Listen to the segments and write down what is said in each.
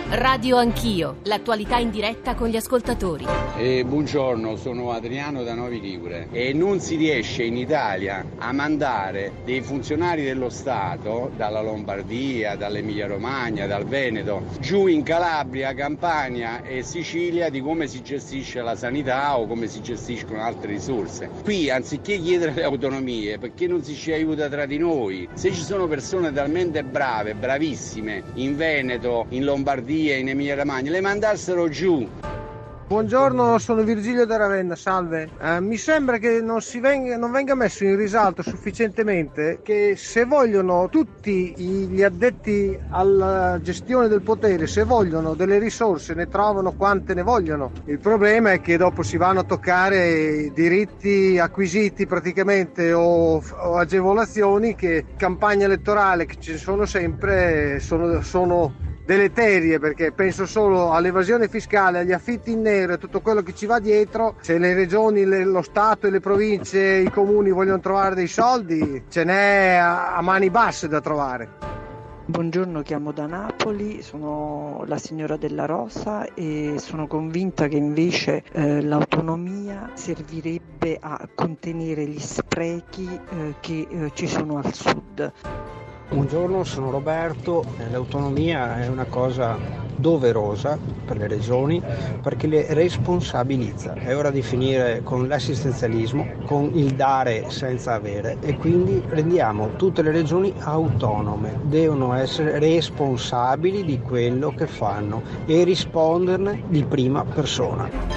Radio Anch'io, l'attualità in diretta con gli ascoltatori. Buongiorno, sono Adriano da Novi Ligure e non si riesce in Italia a mandare dei funzionari dello Stato dalla Lombardia, dall'Emilia Romagna, dal Veneto, giù in Calabria, Campania e Sicilia di come si gestisce la sanità o come si gestiscono altre risorse. Qui anziché chiedere le autonomie, perché non si aiuta tra di noi? Se ci sono persone talmente brave, bravissime in Veneto, in Lombardia, in Emilia Romagna, le mandassero giù. Buongiorno, sono Virgilio da Ravenna, salve. Mi sembra che non venga messo in risalto sufficientemente che se vogliono tutti gli addetti alla gestione del potere, se vogliono delle risorse, ne trovano quante ne vogliono. Il problema è che dopo si vanno a toccare diritti acquisiti praticamente o agevolazioni che campagna elettorale, che ci sono sempre, sono deleterie, perché penso solo all'evasione fiscale, agli affitti in nero e tutto quello che ci va dietro. Se le regioni, lo Stato e le province, i comuni vogliono trovare dei soldi, ce n'è a mani basse da trovare. Buongiorno, chiamo da Napoli, sono la signora Della Rosa e sono convinta che invece l'autonomia servirebbe a contenere gli sprechi che ci sono al sud. Buongiorno, sono Roberto. L'autonomia è una cosa doverosa per le regioni perché le responsabilizza. È ora di finire con l'assistenzialismo, con il dare senza avere, e quindi rendiamo tutte le regioni autonome. Devono essere responsabili di quello che fanno e risponderne di prima persona.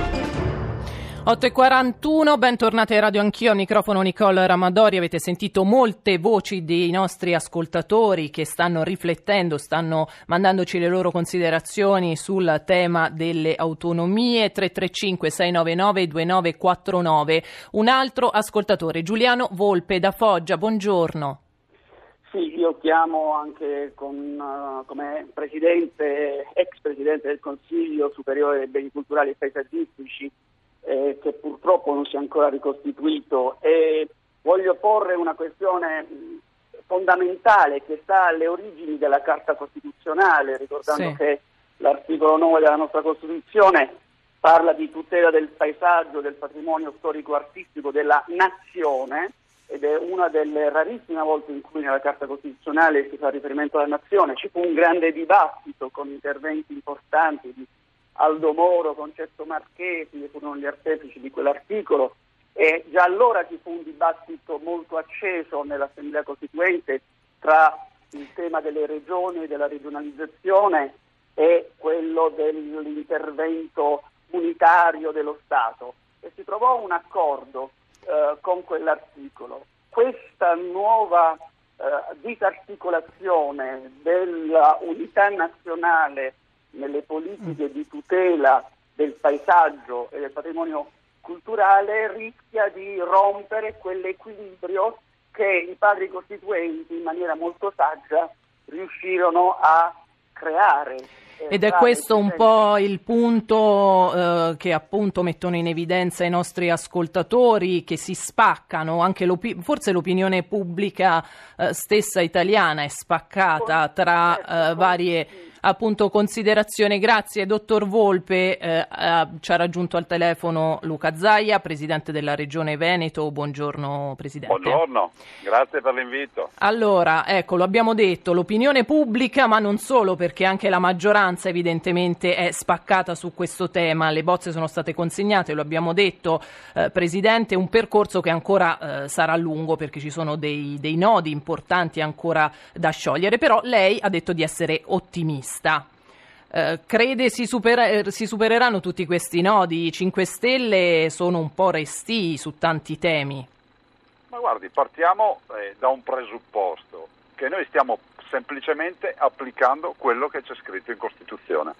8:41, bentornati a Radio Anch'io, al microfono Nicole Ramadori. Avete sentito molte voci dei nostri ascoltatori che stanno riflettendo, stanno mandandoci le loro considerazioni sul tema delle autonomie. 335-699-2949. Un altro ascoltatore, Giuliano Volpe da Foggia, buongiorno. Sì, io chiamo anche come presidente, ex presidente del Consiglio Superiore dei Beni Culturali e Paesaggistici, che purtroppo non si è ancora ricostituito, e voglio porre una questione fondamentale che sta alle origini della Carta Costituzionale, ricordando che l'articolo 9 della nostra Costituzione parla di tutela del paesaggio, del patrimonio storico-artistico della nazione, ed è una delle rarissime volte in cui nella Carta Costituzionale si fa riferimento alla nazione. Ci fu un grande dibattito con interventi importanti di Aldo Moro, Concetto Marchesi, che furono gli artefici di quell'articolo, e già allora ci fu un dibattito molto acceso nell'Assemblea Costituente tra il tema delle regioni e della regionalizzazione e quello dell'intervento unitario dello Stato, e si trovò un accordo con quell'articolo. Questa nuova disarticolazione della unità nazionale nelle politiche di tutela del paesaggio e del patrimonio culturale rischia di rompere quell'equilibrio che i padri costituenti in maniera molto saggia riuscirono a creare. Ed è questo un po' il punto che appunto mettono in evidenza i nostri ascoltatori, che si spaccano, anche forse l'opinione pubblica stessa italiana è spaccata tra varie appunto considerazioni. Grazie dottor Volpe. Ci ha raggiunto al telefono Luca Zaia, presidente della Regione Veneto. Buongiorno presidente. Buongiorno, grazie per l'invito. Allora, ecco, lo abbiamo detto, l'opinione pubblica, ma non solo, perché anche la maggioranza evidentemente è spaccata su questo tema. Le bozze sono state consegnate, lo abbiamo detto, presidente, un percorso che ancora sarà lungo, perché ci sono dei nodi importanti ancora da sciogliere, però lei ha detto di essere ottimista. Crede si supereranno tutti questi nodi? I 5 Stelle sono un po' restii su tanti temi. Ma guardi, partiamo da un presupposto, che noi stiamo semplicemente applicando quello che c'è scritto in Costituzione.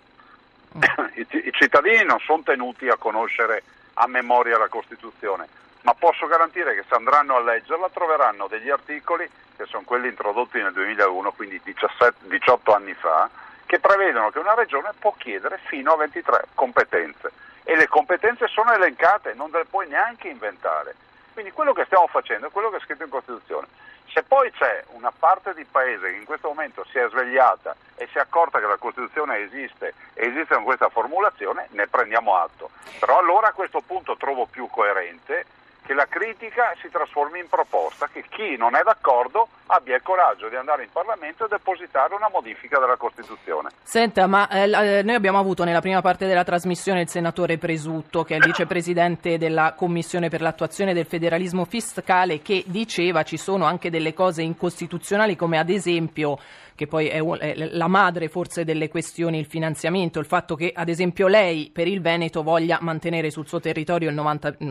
I cittadini non sono tenuti a conoscere a memoria la Costituzione, ma posso garantire che se andranno a leggerla troveranno degli articoli, che sono quelli introdotti nel 2001, quindi 18 anni fa, che prevedono che una regione può chiedere fino a 23 competenze, e le competenze sono elencate, non le puoi neanche inventare. Quindi quello che stiamo facendo è quello che è scritto in Costituzione. Se poi c'è una parte di paese che in questo momento si è svegliata e si è accorta che la Costituzione esiste e esiste con questa formulazione, ne prendiamo atto. Però allora a questo punto trovo più coerente che la critica si trasformi in proposta, che chi non è d'accordo abbia il coraggio di andare in Parlamento e depositare una modifica della Costituzione. Senta, ma noi abbiamo avuto nella prima parte della trasmissione il senatore Presutto, che è il vicepresidente della Commissione per l'attuazione del federalismo fiscale, che diceva ci sono anche delle cose incostituzionali, come ad esempio, che poi è la madre forse delle questioni, il finanziamento, il fatto che ad esempio lei per il Veneto voglia mantenere sul suo territorio il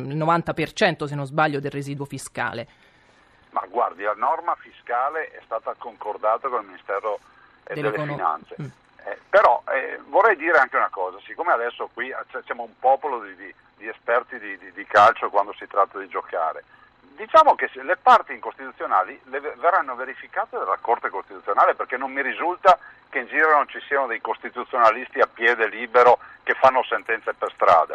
90% se non sbaglio del residuo fiscale. Ma guardi, la norma fiscale è stata concordata con il Ministero delle Finanze. Però vorrei dire anche una cosa, siccome adesso qui siamo un popolo di esperti di calcio quando si tratta di giocare, diciamo che le parti incostituzionali verranno verificate dalla Corte Costituzionale, perché non mi risulta che in giro non ci siano dei costituzionalisti a piede libero che fanno sentenze per strada.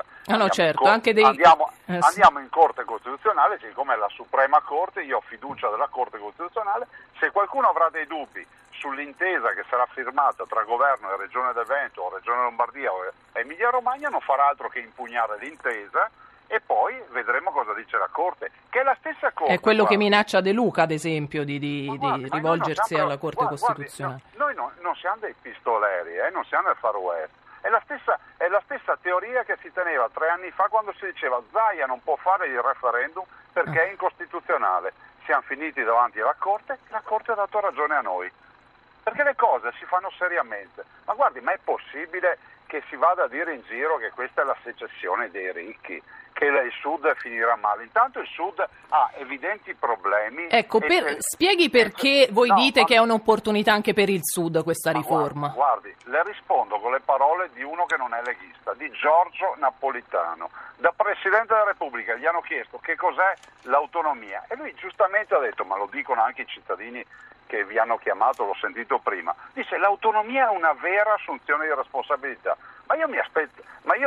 Andiamo in Corte Costituzionale, siccome è la Suprema Corte, io ho fiducia della Corte Costituzionale. Se qualcuno avrà dei dubbi sull'intesa che sarà firmata tra Governo e Regione del Veneto o Regione Lombardia o Emilia Romagna, non farà altro che impugnare l'intesa e poi vedremo cosa dice la Corte, che è la stessa Corte. È quello che minaccia De Luca, ad esempio, di rivolgersi alla Corte Costituzionale. Noi non siamo dei pistoleri, non siamo del Far West. È la stessa teoria che si teneva 3 anni fa quando si diceva Zaia non può fare il referendum perché è incostituzionale. Siamo finiti davanti alla Corte e la Corte ha dato ragione a noi. Perché le cose si fanno seriamente. Ma guardi, ma è possibile che si vada a dire in giro che questa è la secessione dei ricchi, che il Sud finirà male? Intanto il Sud ha evidenti problemi. Ecco, spieghi perché voi dite che è un'opportunità anche per il Sud questa riforma. Guardi, le rispondo con le parole di uno che non è leghista, di Giorgio Napolitano. Da Presidente della Repubblica gli hanno chiesto che cos'è l'autonomia e lui giustamente ha detto, ma lo dicono anche i cittadini che vi hanno chiamato, l'ho sentito prima, dice l'autonomia è una vera assunzione di responsabilità. Ma io mi aspetto,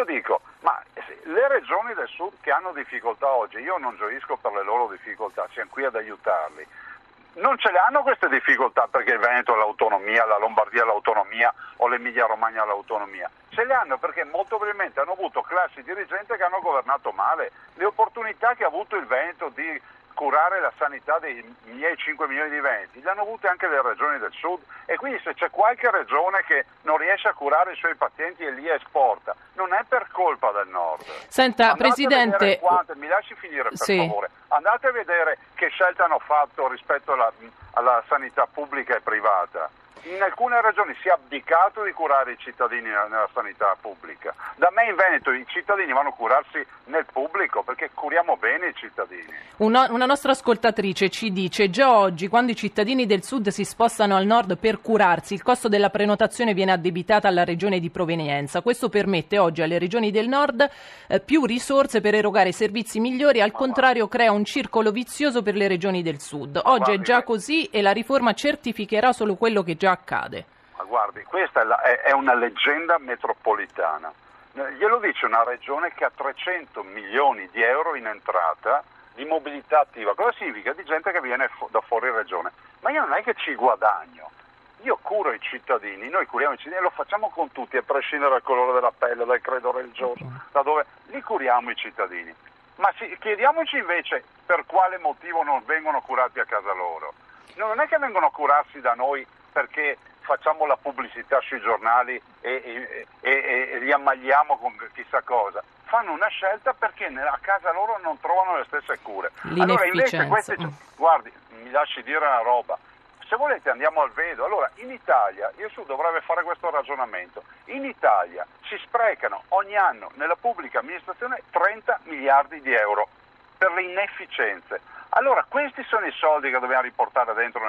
le regioni del Sud che hanno difficoltà oggi, io non gioisco per le loro difficoltà, siamo qui ad aiutarli. Non ce le hanno queste difficoltà perché il Veneto ha l'autonomia, la Lombardia ha l'autonomia o l'Emilia Romagna ha l'autonomia. Ce le hanno perché molto probabilmente hanno avuto classi dirigenti che hanno governato male. Le opportunità che ha avuto il Veneto di curare la sanità dei miei 5 milioni di veneti, le hanno avute anche le regioni del Sud, e quindi se c'è qualche regione che non riesce a curare i suoi pazienti e li esporta, non è per colpa del Nord. Senta, Presidente, mi lasci finire per favore. Andate a vedere che scelte hanno fatto rispetto alla sanità pubblica e privata. In alcune regioni si è abdicato di curare i cittadini nella sanità pubblica. Da me in Veneto i cittadini vanno a curarsi nel pubblico perché curiamo bene i cittadini. Una nostra ascoltatrice ci dice: già oggi quando i cittadini del Sud si spostano al Nord per curarsi, il costo della prenotazione viene addebitata alla regione di provenienza. Questo permette oggi alle regioni del Nord più risorse per erogare servizi migliori, al contrario crea un circolo vizioso per le regioni del Sud. Oggi è già così e la riforma certificherà solo quello che già accade. Ma guardi, questa è una leggenda metropolitana. Glielo dice una regione che ha 300 milioni di euro in entrata di mobilità attiva. Cosa significa? Di gente che viene da fuori regione. Ma io non è che ci guadagno. Io curo i cittadini, noi curiamo i cittadini e lo facciamo con tutti, a prescindere dal colore della pelle, dal credo religioso, da dove li curiamo i cittadini. Ma chiediamoci invece per quale motivo non vengono curati a casa loro. Non è che vengono a curarsi da noi perché facciamo la pubblicità sui giornali e li ammaliamo con chissà cosa. Fanno una scelta perché a casa loro non trovano le stesse cure. Allora invece guardi, mi lasci dire una roba. Se volete andiamo al vedo. Allora in Italia, il Sud dovrebbe fare questo ragionamento, in Italia si sprecano ogni anno nella pubblica amministrazione 30 miliardi di euro per le inefficienze. Allora questi sono i soldi che dobbiamo riportare dentro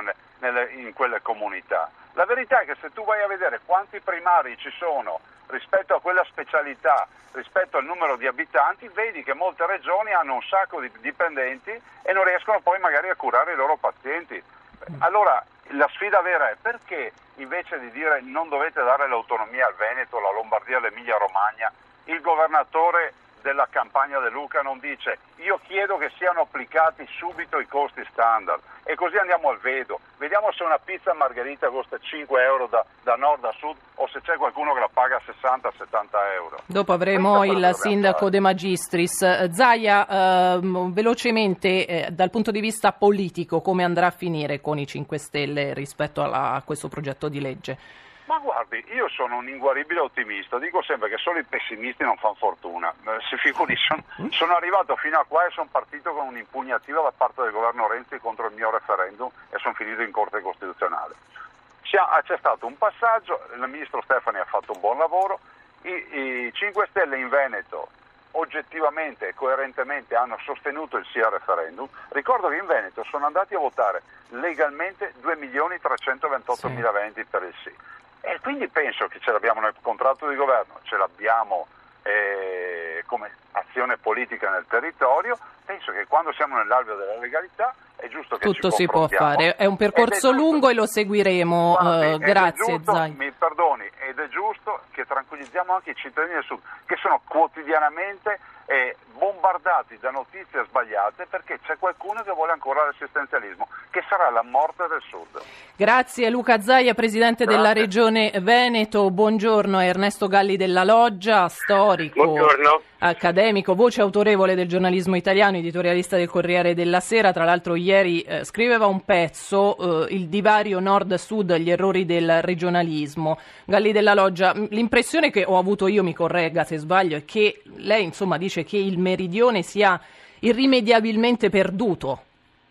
in quelle comunità. La verità è che se tu vai a vedere quanti primari ci sono rispetto a quella specialità, rispetto al numero di abitanti, vedi che molte regioni hanno un sacco di dipendenti e non riescono poi magari a curare i loro pazienti. Allora la sfida vera è perché invece di dire non dovete dare l'autonomia al Veneto, alla Lombardia, all'Emilia Romagna, il governatore della campagna De Luca non dice io chiedo che siano applicati subito i costi standard e così andiamo al vediamo se una pizza margherita costa 5 euro da nord a sud o se c'è qualcuno che la paga 60-70 euro. Dopo avremo il sindaco De Magistris. Zaia, velocemente dal punto di vista politico come andrà a finire con i 5 Stelle rispetto a questo progetto di legge? Ma guardi, io sono un inguaribile ottimista, dico sempre che solo i pessimisti non fanno fortuna. Si figuri, sono arrivato fino a qua e sono partito con un'impugnativa da parte del governo Renzi contro il mio referendum e sono finito in Corte Costituzionale. C'è stato un passaggio, il ministro Stefani ha fatto un buon lavoro, i 5 Stelle in Veneto oggettivamente e coerentemente hanno sostenuto il sì al referendum. Ricordo che in Veneto sono andati a votare legalmente 2.328.000 veneti per il sì. E quindi penso che ce l'abbiamo nel contratto di governo, ce l'abbiamo come azione politica nel territorio. Penso che quando siamo nell'alveo della legalità è giusto che tutto si può fare. È un percorso lungo e lo seguiremo. Grazie, Zai. Mi perdoni, ed è giusto che tranquillizziamo anche i cittadini del Sud che sono quotidianamente bombardati da notizie sbagliate perché c'è qualcuno che vuole ancora l'assistenzialismo, che sarà la morte del Sud. Grazie Luca Zaia, presidente della Regione Veneto. Buongiorno a Ernesto Galli della Loggia, storico, buongiorno, accademico, voce autorevole del giornalismo italiano, editorialista del Corriere della Sera. Tra l'altro ieri scriveva un pezzo, il divario nord-sud, gli errori del regionalismo. Galli della Loggia, l'impressione che ho avuto io, mi corregga se sbaglio, è che lei insomma dice che il meridione sia irrimediabilmente perduto.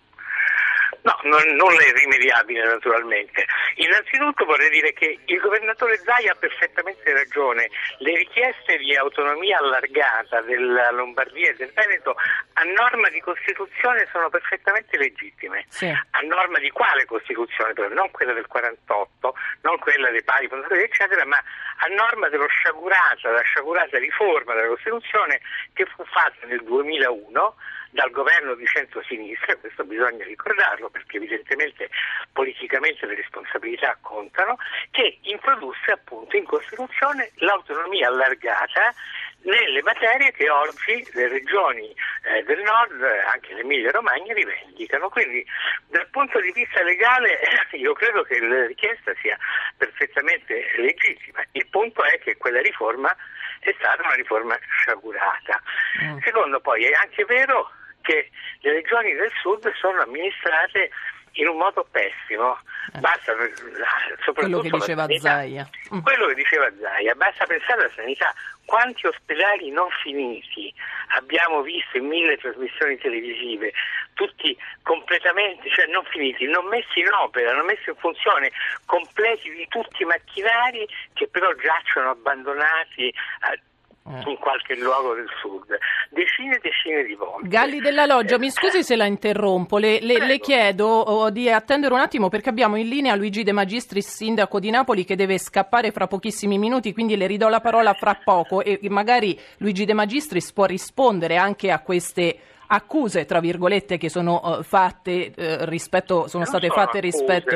No, non è irrimediabile naturalmente. Innanzitutto vorrei dire che il governatore Zaia ha perfettamente ragione. Le richieste di autonomia allargata della Lombardia e del Veneto a norma di Costituzione sono perfettamente legittime. Sì. A norma di quale Costituzione? Non quella del 48, non quella dei pari fondatori eccetera, ma a norma della sciagurata riforma della Costituzione che fu fatta nel 2001 dal governo di centrosinistra. Questo bisogna ricordarlo perché evidentemente politicamente le responsabilità contano, che introdusse appunto in Costituzione l'autonomia allargata nelle materie che oggi le regioni del nord, anche l'Emilia Romagna, rivendicano. Quindi dal punto di vista legale io credo che la richiesta sia perfettamente legittima. Il punto è che quella riforma è stata una riforma sciagurata. Secondo, poi è anche vero che le regioni del sud sono amministrate in un modo pessimo. Basta, soprattutto quello che diceva Zaia. Quello che diceva Zaia, basta pensare alla sanità. Quanti ospedali non finiti abbiamo visto in 1000 trasmissioni televisive, tutti completamente, cioè non finiti, non messi in opera, non messi in funzione, completi di tutti i macchinari che però giacciono abbandonati in qualche luogo del sud, decine e decine di volte. Galli della Loggia, mi scusi se la interrompo, le chiedo di attendere un attimo perché abbiamo in linea Luigi De Magistris, sindaco di Napoli, che deve scappare fra pochissimi minuti, quindi le ridò la parola fra poco e magari Luigi De Magistris può rispondere anche a queste accuse, tra virgolette, che sono fatte sono state fatte accuse, rispetto.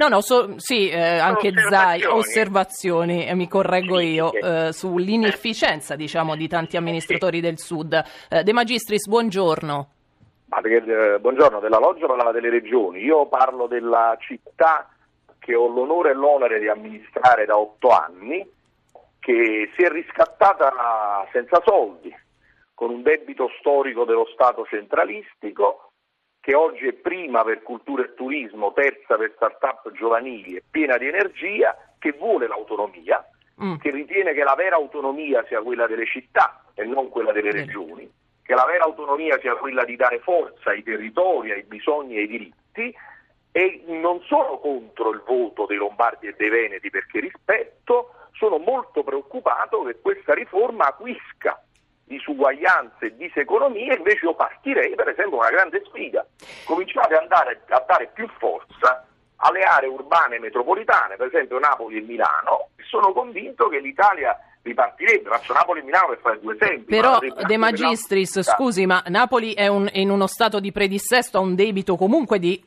Anche Zai, osservazioni, mi correggo io, sull'inefficienza, diciamo, di tanti amministratori del Sud. De Magistris, buongiorno. Buongiorno, della Loggia parlava delle regioni, io parlo della città che ho l'onore e l'onere di amministrare da 8 anni, che si è riscattata senza soldi, con un debito storico dello Stato centralistico, che oggi è prima per cultura e turismo, terza per start-up giovanili e piena di energia, che vuole l'autonomia, che ritiene che la vera autonomia sia quella delle città e non quella delle regioni, che la vera autonomia sia quella di dare forza ai territori, ai bisogni e ai diritti, e non sono contro il voto dei Lombardi e dei Veneti perché rispetto, sono molto preoccupato che questa riforma acquisca disuguaglianze e diseconomie. Invece io partirei per esempio una grande sfida: cominciate a dare più forza alle aree urbane metropolitane, per esempio Napoli e Milano, e sono convinto che l'Italia ripartirebbe. Faccio Napoli e Milano per fare 2 esempi. Però De Magistris, scusi, ma Napoli è in uno stato di predissesto, ha un debito comunque di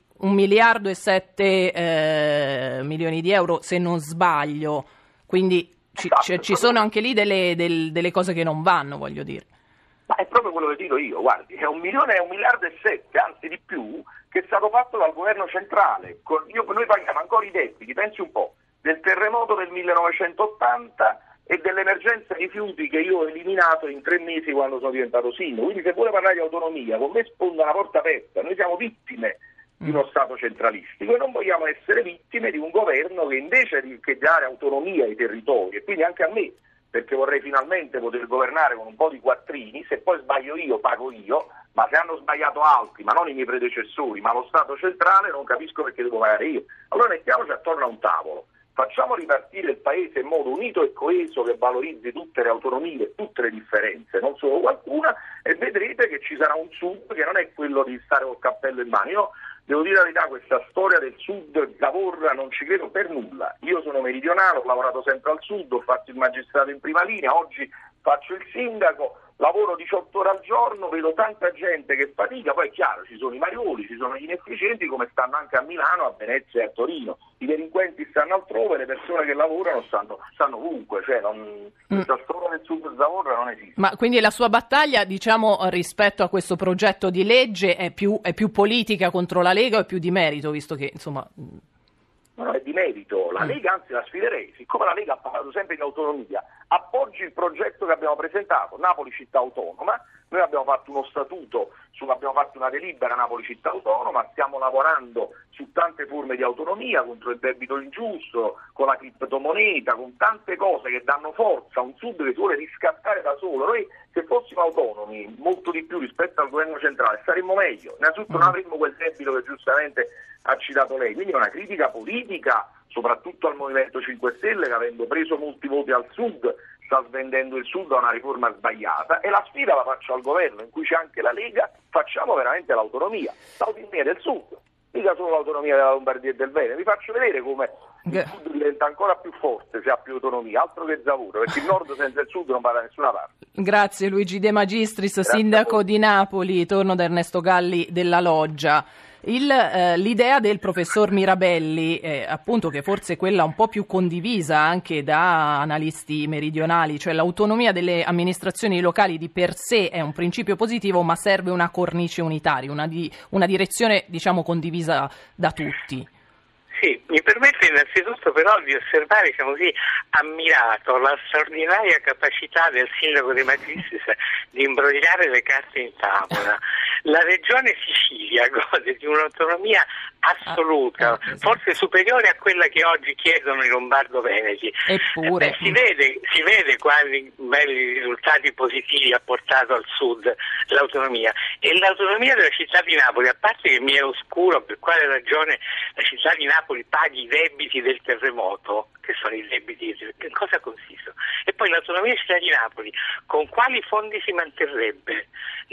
1,7 miliardi di euro, se non sbaglio, quindi ci sono anche lì delle cose che non vanno, voglio dire. Ma è proprio quello che dico io, guardi, è 1 milione e 1 miliardo e 7, anzi di più, che è stato fatto dal governo centrale. Noi paghiamo ancora i debiti, pensi un po', del terremoto del 1980 e dell'emergenza rifiuti che io ho eliminato in 3 mesi quando sono diventato sindaco. Quindi se vuole parlare di autonomia, con me sponda una porta aperta. Noi siamo vittime di uno Stato centralistico e non vogliamo essere vittime di un governo che invece che dare autonomia ai territori, e quindi anche a me, perché vorrei finalmente poter governare con un po' di quattrini, se poi sbaglio io pago io, ma se hanno sbagliato altri, ma non i miei predecessori, ma lo Stato centrale, non capisco perché devo pagare io. Allora mettiamoci attorno a un tavolo, facciamo ripartire il Paese in modo unito e coeso che valorizzi tutte le autonomie, tutte le differenze, non solo qualcuna, e vedrete che ci sarà un Sud che non è quello di stare col cappello in mano. Io devo dire la verità, questa storia del Sud, Zavorra, non ci credo per nulla. Io sono meridionale, ho lavorato sempre al Sud, ho fatto il magistrato in prima linea, oggi faccio il sindaco, lavoro 18 ore al giorno, vedo tanta gente che fatica, poi è chiaro, ci sono i marioli, ci sono gli inefficienti come stanno anche a Milano, a Venezia e a Torino. I delinquenti stanno altrove, le persone che lavorano stanno ovunque, cioè questa storia del Sud Zavorra non esiste. Ma quindi la sua battaglia, diciamo, rispetto a questo progetto di legge è più politica contro la Lega o è più di merito, visto che, insomma... No, è di merito. La Lega, anzi la sfiderei, siccome la Lega ha parlato sempre di autonomia, appoggi il progetto che abbiamo presentato, Napoli città autonoma. Noi abbiamo fatto uno statuto, abbiamo fatto una delibera Napoli città autonoma, stiamo lavorando su tante forme di autonomia, contro il debito ingiusto, con la criptomoneta, con tante cose che danno forza a un Sud che si vuole riscattare da solo. Noi se fossimo autonomi molto di più rispetto al governo centrale staremmo meglio, innanzitutto non avremmo quel debito che giustamente ha citato lei, quindi è una critica politica soprattutto al Movimento 5 Stelle che avendo preso molti voti al Sud sta svendendo il Sud a una riforma sbagliata, e la sfida la faccio al governo in cui c'è anche la Lega, facciamo veramente l'autonomia del Sud, mica solo l'autonomia della Lombardia e del Veneto. Vi faccio vedere come il Sud diventa ancora più forte se ha più autonomia, altro che Zavorra, perché il Nord senza il Sud non va da nessuna parte. Grazie Luigi De Magistris, sindaco di Napoli. Torno da Ernesto Galli della Loggia. L'idea del professor Mirabelli, appunto, che forse è quella un po' più condivisa anche da analisti meridionali, cioè l'autonomia delle amministrazioni locali di per sé è un principio positivo, ma serve una cornice unitaria, una direzione, diciamo, condivisa da tutti. Sì, mi permette innanzitutto però di osservare, diciamo così, ammirato la straordinaria capacità del sindaco De Magistris di imbrogliare le carte in tavola. La regione Sicilia gode di un'autonomia assoluta, forse superiore a quella che oggi chiedono i lombardo-veneti. Eppure si vede quali belli risultati positivi ha portato al Sud l'autonomia, e l'autonomia della città di Napoli, a parte che mi è oscuro per quale ragione la città di Napoli paghi i debiti del terremoto, che sono i debiti, in cosa consistono? E poi l'autonomia della città di Napoli, con quali fondi si manterrebbe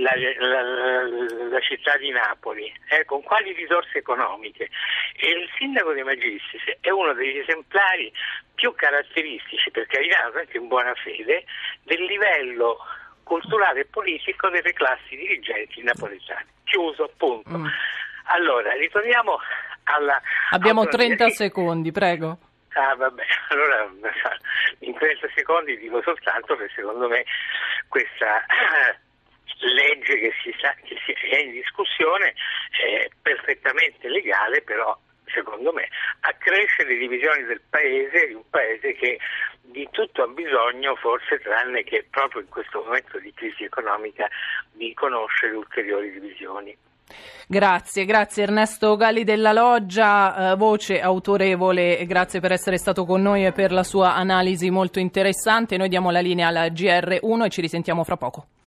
la città di Napoli, con quali risorse economiche? E il sindaco De Magistris è uno degli esemplari più caratteristici, per carità, anche in buona fede, del livello culturale e politico delle classi dirigenti napoletane. Chiuso, punto. Allora, ritorniamo alla... Abbiamo 30 secondi, prego. Ah, vabbè, allora in 30 secondi dico soltanto che secondo me questa legge che è in discussione è perfettamente legale, però secondo me accresce le divisioni del paese, di un paese che di tutto ha bisogno, forse tranne che proprio in questo momento di crisi economica, di conoscere ulteriori divisioni. Grazie Ernesto Galli della Loggia, voce autorevole, grazie per essere stato con noi e per la sua analisi molto interessante. Noi diamo la linea alla GR1 e ci risentiamo fra poco.